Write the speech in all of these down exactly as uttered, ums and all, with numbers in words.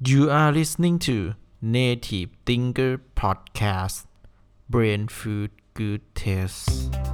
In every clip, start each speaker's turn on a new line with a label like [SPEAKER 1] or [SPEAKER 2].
[SPEAKER 1] You are listening to Native Thinker Podcast Brain Food Good Taste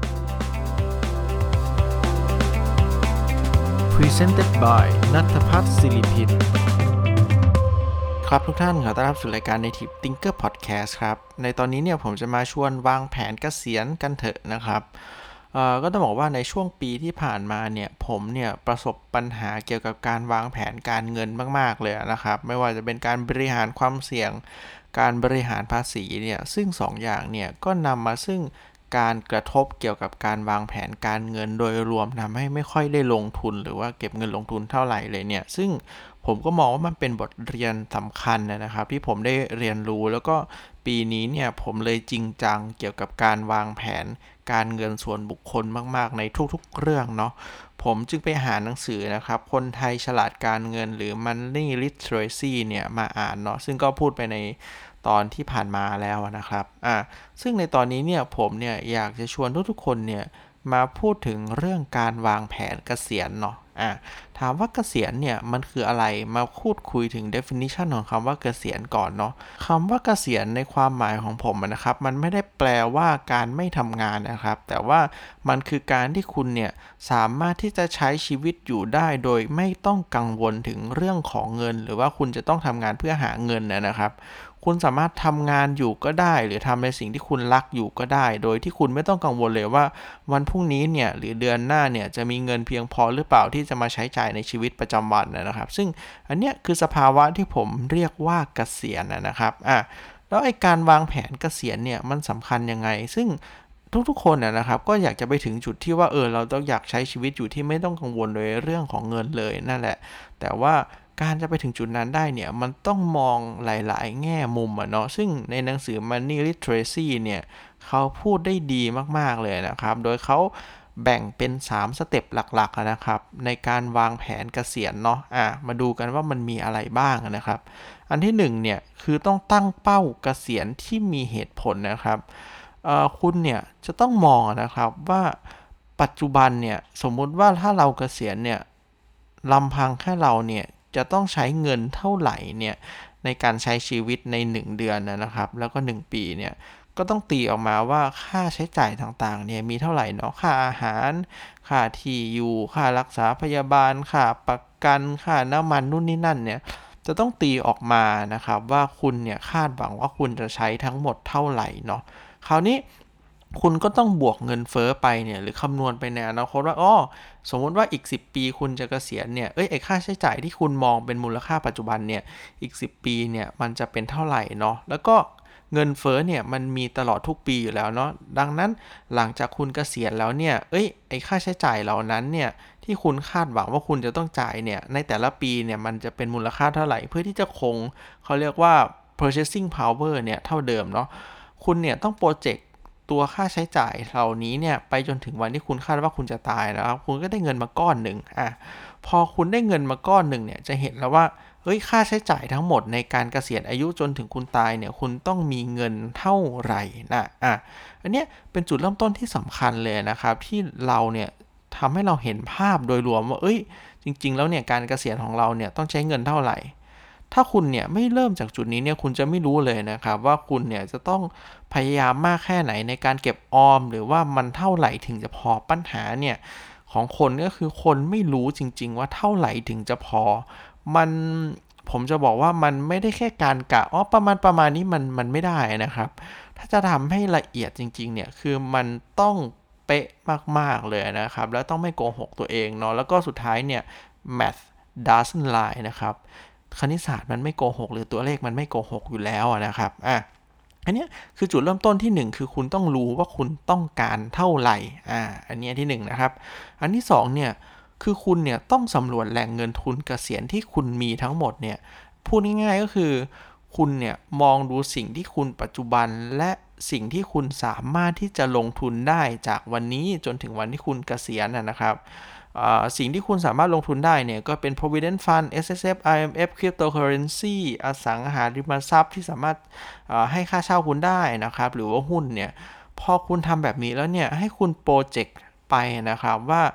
[SPEAKER 1] Presented by ณัฐพัฒน์ศิริพินครับทุกท่านขอต้อนรับสู่รายการ Native Thinker Podcast ครับในตอนนี้เนี่ยผมจะมาชวนวางแผนเกษียณกันเถอะนะครับเอ่อก็ต้องบอกว่าในช่วงปีที่ผ่านมาเนี่ยผมเนี่ยประสบปัญหาเกี่ยวกับการวางแผนการเงินมากๆเลยนะครับไม่ว่าจะเป็นการบริหารความเสี่ยงการบริหารภาษีเนี่ยซึ่งสองอย่างเนี่ยก็นำมาซึ่งการกระทบเกี่ยวกับการวางแผนการเงินโดยรวมทำให้ไม่ค่อยได้ลงทุนหรือว่าเก็บเงินลงทุนเท่าไหร่เลยเนี่ยซึ่งผมก็มองว่ามันเป็นบทเรียนสำคัญนะครับที่ผมได้เรียนรู้แล้วก็ปีนี้เนี่ยผมเลยจริงจังเกี่ยวกับการวางแผนการเงินส่วนบุคคลมากๆในทุกๆเรื่องเนาะผมจึงไปหาหนังสือนะครับคนไทยฉลาดการเงินหรือ Money Literacy เนี่ยมาอ่านเนาะซึ่งก็พูดไปในตอนที่ผ่านมาแล้วนะครับอ่ะซึ่งในตอนนี้เนี่ยผมเนี่ยอยากจะชวนทุกๆคนเนี่ยมาพูดถึงเรื่องการวางแผนเกษียณเนาะอ่ะถามว่าเกษียณเนี่ยมันคืออะไรมาพูดคุยถึง definition ของคำว่าเกษียณก่อนเนาะคำว่าเกษียณในความหมายของผมนะครับมันไม่ได้แปลว่าการไม่ทำงานนะครับแต่ว่ามันคือการที่คุณเนี่ยสามารถที่จะใช้ชีวิตอยู่ได้โดยไม่ต้องกังวลถึงเรื่องของเงินหรือว่าคุณจะต้องทำงานเพื่อหาเงินนะครับคุณสามารถทำงานอยู่ก็ได้หรือทำในสิ่งที่คุณรักอยู่ก็ได้โดยที่คุณไม่ต้องกังวลเลยว่าวันพรุ่งนี้เนี่ยหรือเดือนหน้าเนี่ยจะมีเงินเพียงพอหรือเปล่าที่จะมาใช้จ่ายในชีวิตประจำวันนะครับซึ่งอันเนี้ยคือสภาวะที่ผมเรียกว่าเกษียณนะครับอ่ะแล้วไอ้การวางแผนเกษียณเนี่ยมันสำคัญยังไงซึ่งทุกๆคนนะครับก็อยากจะไปถึงจุดที่ว่าเออเราต้องอยากใช้ชีวิตอยู่ที่ไม่ต้องกังวลเลยเรื่องของเงินเลยนั่นแหละแต่ว่าการจะไปถึงจุดนั้นได้เนี่ยมันต้องมองหลายๆแง่มุมอะเนาะซึ่งในหนังสือ Money Literacy เนี่ยเขาพูดได้ดีมากๆเลยนะครับโดยเขาแบ่งเป็นสามสเต็ปหลักๆนะครับในการวางแผนเกษียณเนาะอ่ะมาดูกันว่ามันมีอะไรบ้างนะครับอันที่หนึ่งเนี่ยคือต้องตั้งเป้าเกษียณที่มีเหตุผลนะครับเอ่อคุณเนี่ยจะต้องมองนะครับว่าปัจจุบันเนี่ยสมมุติว่าถ้าเราเกษียณเนี่ยลำพังแค่เราเนี่ยจะต้องใช้เงินเท่าไหร่เนี่ยในการใช้ชีวิตในหนึ่งเดือนนะครับแล้วก็หนึ่งปีเนี่ยก็ต้องตีออกมาว่าค่าใช้จ่ายต่างๆเนี่ยมีเท่าไหร่เนาะค่าอาหารค่าที่อยู่ค่ารักษาพยาบาลค่าประกันค่าน้ำมันนู่นนี่นั่นเนี่ยจะต้องตีออกมานะครับว่าคุณเนี่ยคาดหวังว่าคุณจะใช้ทั้งหมดเท่าไหร่เนาะคราวนี้คุณก็ต้องบวกเงินเฟ้อไปเนี่ยหรือคำนวณไปในอนาคตว่าอ้อสมมติว่าอีกสิบปีคุณจะเกษียณเนี่ยเอ้ยไอ้ค่าใช้จ่ายที่คุณมองเป็นมูลค่าปัจจุบันเนี่ยอีกสิบปีเนี่ยมันจะเป็นเท่าไหร่เนาะแล้วก็เงินเฟ้อเนี่ยมันมีตลอดทุกปีอยู่แล้วเนาะดังนั้นหลังจากคุณเกษียณแล้วเนี่ยเอ้ยไอ้ค่าใช้จ่ายเหล่านั้นเนี่ยที่คุณคาดหวังว่าคุณจะต้องจ่ายเนี่ยในแต่ละปีเนี่ยมันจะเป็นมูลค่าเท่าไหร่เพื่อที่จะคงเขาเรียกว่า purchasing power เนี่ยเท่าเดิมเนาะคุณเนี่ยต้องโปรเจกต์ตัวค่าใช้จ่ายเหล่านี้เนี่ยไปจนถึงวันที่คุณคาดว่าคุณจะตายนะครับคุณก็ได้เงินมาก้อนหนึ่งอ่ะพอคุณได้เงินมาก้อนหนึ่งเนี่ยจะเห็นแล้วว่าเฮ้ยค่าใช้จ่ายทั้งหมดในการเกษียณอายุจนถึงคุณตายเนี่ยคุณต้องมีเงินเท่าไหร่นะอ่ะอันเนี้ยเป็นจุดเริ่มต้นที่สำคัญเลยนะครับที่เราเนี่ยทำให้เราเห็นภาพโดยรวมว่าเอ้ยจริงๆแล้วเนี่ยการเกษียณของเราเนี่ยต้องใช้เงินเท่าไหร่ถ้าคุณเนี่ยไม่เริ่มจากจุดนี้เนี่ยคุณจะไม่รู้เลยนะครับว่าคุณเนี่ยจะต้องพยายามมากแค่ไหนในการเก็บออมหรือว่ามันเท่าไหร่ถึงจะพอปัญหาเนี่ยของคนก็คือคนไม่รู้จริงๆว่าเท่าไหร่ถึงจะพอมันผมจะบอกว่ามันไม่ได้แค่การกะอ๋อประมาณประมาณนี้มันมันไม่ได้นะครับถ้าจะทำให้ละเอียดจริงๆเนี่ยคือมันต้องเป๊ะมากๆเลยนะครับแล้วต้องไม่โกหกตัวเองเนาะแล้วก็สุดท้ายเนี่ย math doesn't lie นะครับคณิตศาสตร์มันไม่โกหกหรือตัวเลขมันไม่โกหกอยู่แล้วนะครับอ่ะอันนี้คือจุดเริ่มต้นที่หนึ่งคือคุณต้องรู้ว่าคุณต้องการเท่าไหร่อ่าอันนี้ที่หนึ่งนะครับอันที่สองเนี่ยคือคุณเนี่ยต้องสำรวจแหล่งเงินทุนเกษียณที่คุณมีทั้งหมดเนี่ยพูดง่ายๆก็คือคุณเนี่ยมองดูสิ่งที่คุณปัจจุบันและสิ่งที่คุณสามารถที่จะลงทุนได้จากวันนี้จนถึงวันที่คุณเกษียณนะครับสิ่งที่คุณสามารถลงทุนได้เนี่ยก็เป็น provident fund เอส เอส เอฟ ไอ เอ็ม เอฟ cryptocurrency อสังหาริมทรัพย์ที่สามารถให้ค่าเช่าคุณได้นะครับหรือว่าหุ้นเนี่ยพอคุณทำแบบนี้แล้วเนี่ยให้คุณโปรเจกต์ไปนะครับว่า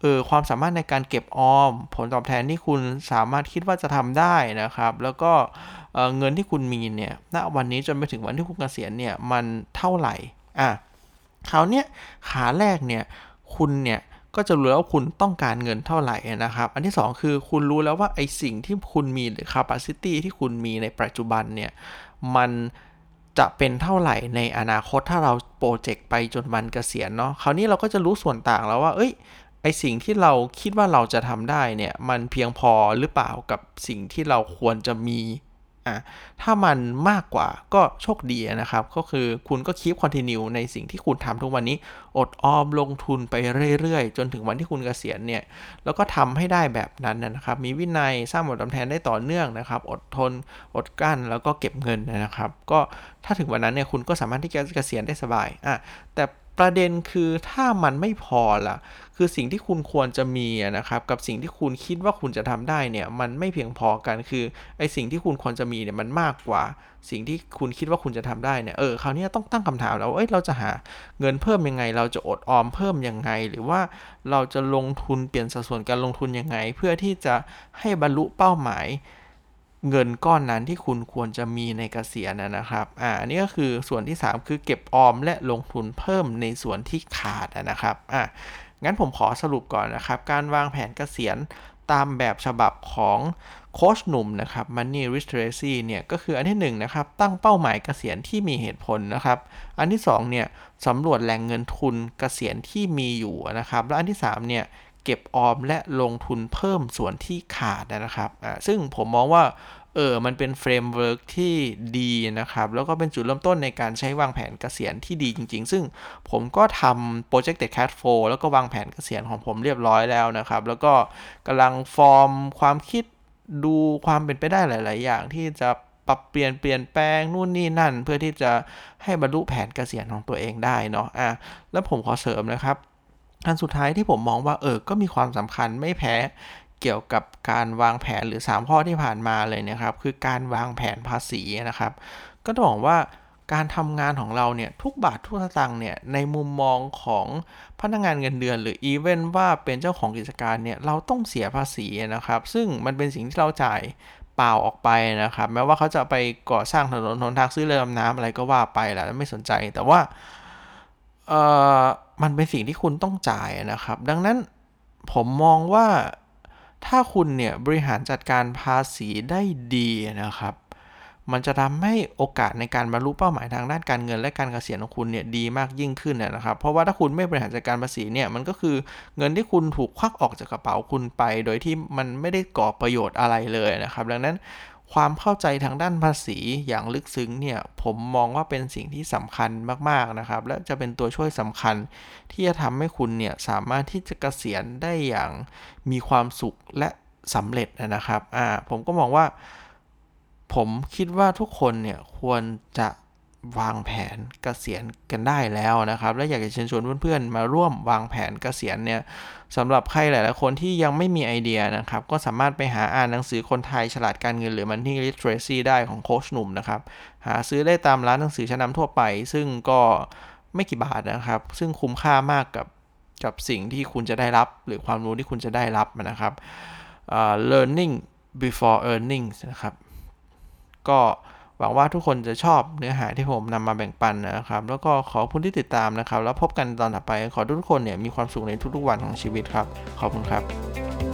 [SPEAKER 1] เออความสามารถในการเก็บออมผลตอบแทนที่คุณสามารถคิดว่าจะทำได้นะครับแล้วก็เอ่อเงินที่คุณมีเนี่ยณวันนี้จนไปถึงวันที่คุณเกษียณเนี่ยมันเท่าไหร่อ่ะคราวเนี้ยขาแรกเนี่ยคุณเนี่ยก็จะรู้แล้วว่าคุณต้องการเงินเท่าไหร่นะครับอันที่สองคือคุณรู้แล้วว่าไอ้สิ่งที่คุณมีหรือ capacity ที่คุณมีในปัจจุบันเนี่ยมันจะเป็นเท่าไหร่ในอนาคตถ้าเราโปรเจกต์ไปจนวันเกษียณเนาะคราวนี้เราก็จะรู้ส่วนต่างแล้วว่าเอ้ยไอสิ่งที่เราคิดว่าเราจะทำได้เนี่ยมันเพียงพอหรือเปล่ากับสิ่งที่เราควรจะมีอ่ะถ้ามันมากกว่าก็โชคดีนะครับก็คือคุณก็คีปคอนทินิวในสิ่งที่คุณทำทุกวันนี้อดออมลงทุนไปเรื่อยๆจนถึงวันที่คุณเกษียณเนี่ยแล้วก็ทำให้ได้แบบนั้นนะครับมีวินัยสร้างผลตอบแทนได้ต่อเนื่องนะครับอดทนอดกลั้นแล้วก็เก็บเงินนะครับก็ถ้าถึงวันนั้นเนี่ยคุณก็สามารถที่จะเกษียณได้สบายอ่ะแต่ประเด็นคือถ้ามันไม่พอล่ะคือสิ่งที่คุณควรจะมีนะครับกับสิ่งที่คุณคิดว่าคุณจะทำได้เนี่ยมันไม่เพียงพอกันคือไอสิ่งที่คุณควรจะมีเนี่ยมันมากกว่าสิ่งที่คุณคิดว่าคุณจะทำได้เนี่ยเออคราวนี้ต้องตั้งคำถามแล้วว่าเอ้ยเราจะหาเงินเพิ่มยังไงเราจะอดออมเพิ่มยังไงหรือว่าเราจะลงทุนเปลี่ยนสัดส่วนการลงทุนยังไงเพื่อที่จะให้บรรลุเป้าหมายเงินก้อนนั้นที่คุณควรจะมีในเกษียณนะครับอ่าอันนี้ก็คือส่วนที่สามคือเก็บออมและลงทุนเพิ่มในส่วนที่ขาดนะครับอ่างั้นผมขอสรุปก่อนนะครับการวางแผนเกษียณตามแบบฉบับของโค้ชหนุ่มนะครับ Money Literacy เนี่ยก็คืออันที่หนึ่งนะครับตั้งเป้าหมายเกษียณที่มีเหตุผลนะครับอันที่สองเนี่ยสำรวจแหล่งเงินทุนเกษียณที่มีอยู่นะครับและอันที่สามเนี่ยเก็บออมและลงทุนเพิ่มส่วนที่ขาดนะครับอ่าซึ่งผมมองว่าเออมันเป็นเฟรมเวิร์กที่ดีนะครับแล้วก็เป็นจุดเริ่มต้นในการใช้วางแผนเกษียณที่ดีจริงๆซึ่งผมก็ทำ projected cash flow แล้วก็วางแผนเกษียณของผมเรียบร้อยแล้วนะครับแล้วก็กำลังฟอร์มความคิดดูความเป็นไปได้หลายๆอย่างที่จะปรับเปลี่ยนเปลี่ยนแปลงนู่นนี่นั่นเพื่อที่จะให้บรรลุแผนเกษียณของตัวเองได้เนาะอ่ะแล้วผมขอเสริมนะครับอันสุดท้ายที่ผมมองว่าเออก็มีความสำคัญไม่แพ้เกี่ยวกับการวางแผนหรือสามข้อที่ผ่านมาเลยนะครับคือการวางแผนภาษีนะครับก็ต้องบอกว่าการทำงานของเราเนี่ยทุกบาททุกสตางค์เนี่ยในมุมมองของพนักงานเงินเดือนหรืออีเวนว่าเป็นเจ้าของกิจการเนี่ยเราต้องเสียภาษีนะครับซึ่งมันเป็นสิ่งที่เราจ่ายเปล่าออกไปนะครับแม้ว่าเขาจะไปก่อสร้างถนนหนทางซื้อเรือดำน้ำอะไรก็ว่าไปแหละไม่สนใจแต่ว่าเอ่อมันเป็นสิ่งที่คุณต้องจ่ายนะครับดังนั้นผมมองว่าถ้าคุณเนี่ยบริหารจัดการภาษีได้ดีนะครับมันจะทำให้โอกาสในการบรรลุเป้าหมายทางด้านการเงินและการเกษียณของคุณเนี่ยดีมากยิ่งขึ้นนะครับเพราะว่าถ้าคุณไม่บริหารจัดการภาษีเนี่ยมันก็คือเงินที่คุณถูกควักออกจากกระเป๋าคุณไปโดยที่มันไม่ได้ก่อประโยชน์อะไรเลยนะครับดังนั้นความเข้าใจทางด้านภาษีอย่างลึกซึ้งเนี่ยผมมองว่าเป็นสิ่งที่สำคัญมากๆนะครับและจะเป็นตัวช่วยสำคัญที่จะทำให้คุณเนี่ยสามารถที่จะเกษียณได้อย่างมีความสุขและสำเร็จนะครับอ่าผมก็มองว่าผมคิดว่าทุกคนเนี่ยควรจะวางแผนเกษียณกันได้แล้วนะครับและอยากจะเชิญชวนเพื่อนๆมาร่วมวางแผนเกษียณเนี่ยสำหรับใครหลายๆคนที่ยังไม่มีไอเดียนะครับก็สามารถไปหาอ่านหนังสือคนไทยฉลาดการเงินหรือ Money Literacy ได้ของโค้ชหนุ่มนะครับหาซื้อได้ตามร้านหนังสือชั้นนำทั่วไปซึ่งก็ไม่กี่บาทนะครับซึ่งคุ้มค่ามากกับกับสิ่งที่คุณจะได้รับหรือความรู้ที่คุณจะได้รับนะครับ uh, learning before earning นะครับก็หวังว่าทุกคนจะชอบเนื้อหาที่ผมนำมาแบ่งปันนะครับแล้วก็ขอบคุณที่ติดตามนะครับแล้วพบกันตอนต่อไปขอทุกคนเนี่ยมีความสุขในทุกๆวันของชีวิตครับขอบคุณครับ